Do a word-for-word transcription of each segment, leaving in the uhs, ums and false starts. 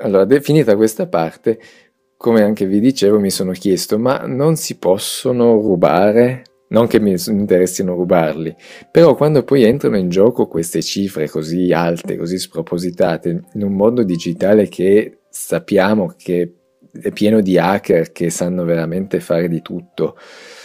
allora, definita questa parte, come anche vi dicevo, mi sono chiesto, ma non si possono rubare? Non che mi interessino rubarli, però quando poi entrano in gioco queste cifre così alte, così spropositate, in un mondo digitale che sappiamo che è pieno di hacker che sanno veramente fare di tutto,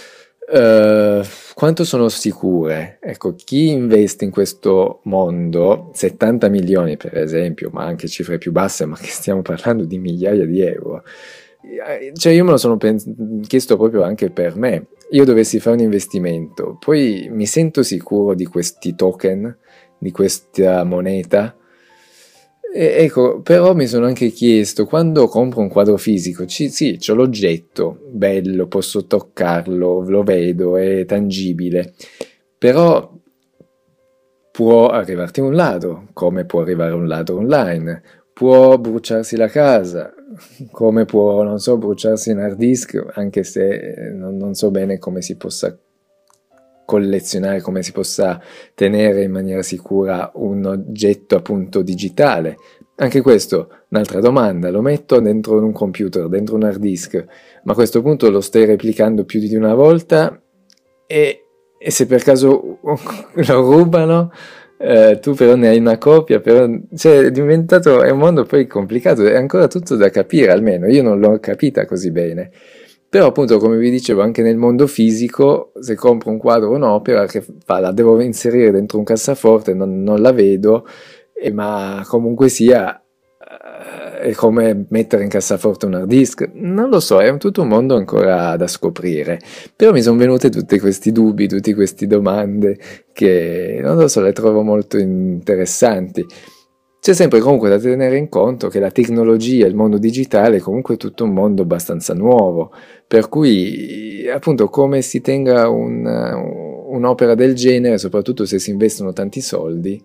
eh, quanto sono sicure? Ecco, chi investe in questo mondo, settanta milioni per esempio, ma anche cifre più basse, ma che stiamo parlando di migliaia di euro, cioè io me lo sono pen- chiesto proprio anche per me. Io dovessi fare un investimento, poi mi sento sicuro di questi token, di questa moneta. E- ecco, però mi sono anche chiesto, quando compro un quadro fisico, ci, sì, c'ho l'oggetto, bello, posso toccarlo, lo vedo, è tangibile, però può arrivarti un ladro, come può arrivare un ladro online, può bruciarsi la casa, come può, non so, bruciarsi un hard disk, anche se eh, non, non so bene come si possa collezionare, come si possa tenere in maniera sicura un oggetto appunto digitale. Anche questo, un'altra domanda, lo metto dentro un computer, dentro un hard disk, ma a questo punto lo stai replicando più di una volta e, e se per caso lo rubano, eh, tu però ne hai una copia, però, cioè è diventato, è un mondo poi complicato, è ancora tutto da capire, almeno io non l'ho capita così bene. Però appunto, come vi dicevo, anche nel mondo fisico, se compro un quadro o un'opera, che fa, la devo inserire dentro un cassaforte, non, non la vedo, e, ma comunque sia, eh, è come mettere in cassaforte un hard disk. Non lo so, è un, tutto un mondo ancora da scoprire. Però mi sono venute tutti questi dubbi, tutte queste domande, che non lo so, le trovo molto interessanti. C'è sempre comunque da tenere in conto che la tecnologia, il mondo digitale è comunque tutto un mondo abbastanza nuovo, per cui appunto come si tenga un, un'opera del genere, soprattutto se si investono tanti soldi,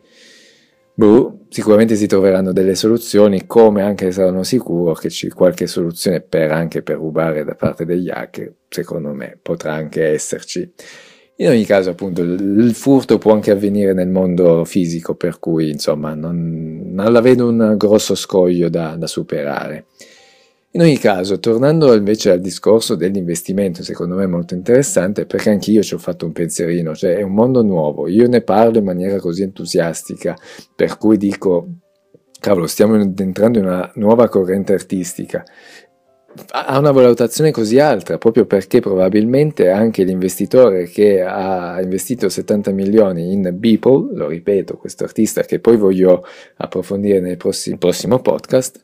boh, sicuramente si troveranno delle soluzioni, come anche saranno sicuro che c'è qualche soluzione per anche per rubare da parte degli hacker, secondo me potrà anche esserci. In ogni caso, appunto, il, il furto può anche avvenire nel mondo fisico, per cui, insomma, non, non la vedo un grosso scoglio da, da superare. In ogni caso, tornando invece al discorso dell'investimento, secondo me è molto interessante, perché anche io ci ho fatto un pensierino, cioè è un mondo nuovo, io ne parlo in maniera così entusiastica, per cui dico, cavolo, stiamo entrando in una nuova corrente artistica, ha una valutazione così alta proprio perché probabilmente anche l'investitore che ha investito settanta milioni in Beeple, lo ripeto, questo artista che poi voglio approfondire nel prossimo, prossimo podcast,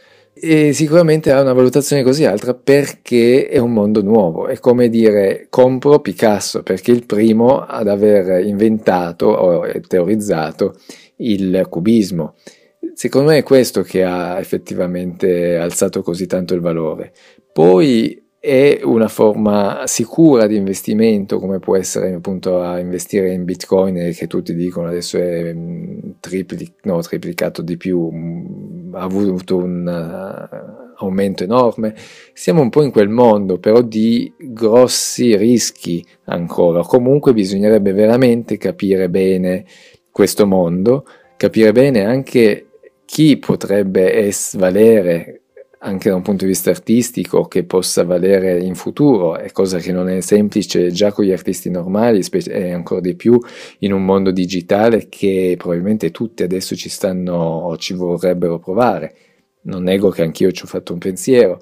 e sicuramente ha una valutazione così alta perché è un mondo nuovo. È come dire compro Picasso perché è il primo ad aver inventato o teorizzato il cubismo. Secondo me è questo che ha effettivamente alzato così tanto il valore. Poi è una forma sicura di investimento, come può essere appunto a investire in Bitcoin, che tutti dicono adesso è tripli, no, triplicato di più, ha avuto un uh, aumento enorme. Siamo un po' in quel mondo, però di grossi rischi ancora. Comunque bisognerebbe veramente capire bene questo mondo, capire bene anche chi potrebbe es valere anche da un punto di vista artistico, che possa valere in futuro, è cosa che non è semplice già con gli artisti normali e ancora di più in un mondo digitale che probabilmente tutti adesso ci stanno o ci vorrebbero provare. Non nego che anch'io ci ho fatto un pensiero,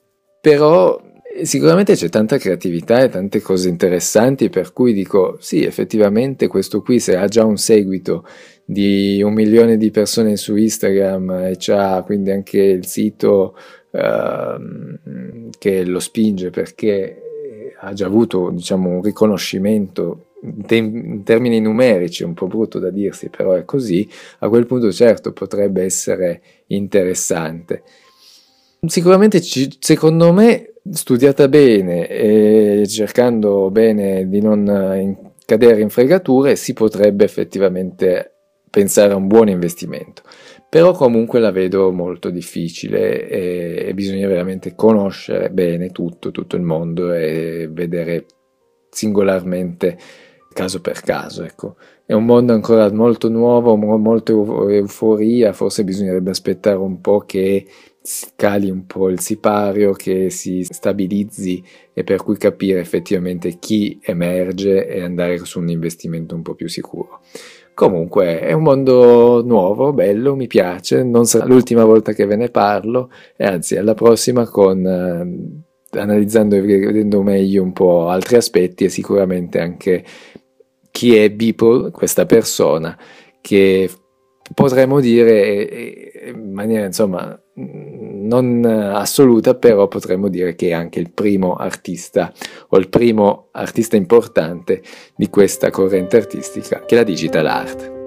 però sicuramente c'è tanta creatività e tante cose interessanti, per cui dico sì, effettivamente questo qui, se ha già un seguito di un milione di persone su Instagram e c'ha quindi anche il sito uh, che lo spinge perché ha già avuto, diciamo, un riconoscimento in, te- in termini numerici, un po' brutto da dirsi, però è così, a quel punto certo potrebbe essere interessante. Sicuramente ci, secondo me, studiata bene e cercando bene di non cadere in fregature, si potrebbe effettivamente pensare a un buon investimento. Però comunque la vedo molto difficile e, e bisogna veramente conoscere bene tutto, tutto il mondo e vedere singolarmente caso per caso, ecco. È un mondo ancora molto nuovo, molto euforia, forse bisognerebbe aspettare un po' che cali un po' il sipario, che si stabilizzi, e per cui capire effettivamente chi emerge e andare su un investimento un po' più sicuro. Comunque è un mondo nuovo, bello, mi piace, non sarà l'ultima volta che ve ne parlo, e anzi alla prossima con eh, analizzando e vedendo meglio un po' altri aspetti, e sicuramente anche chi è Beeple, questa persona, che potremmo dire in maniera insomma non assoluta, però potremmo dire che è anche il primo artista o il primo artista importante di questa corrente artistica che è la digital art.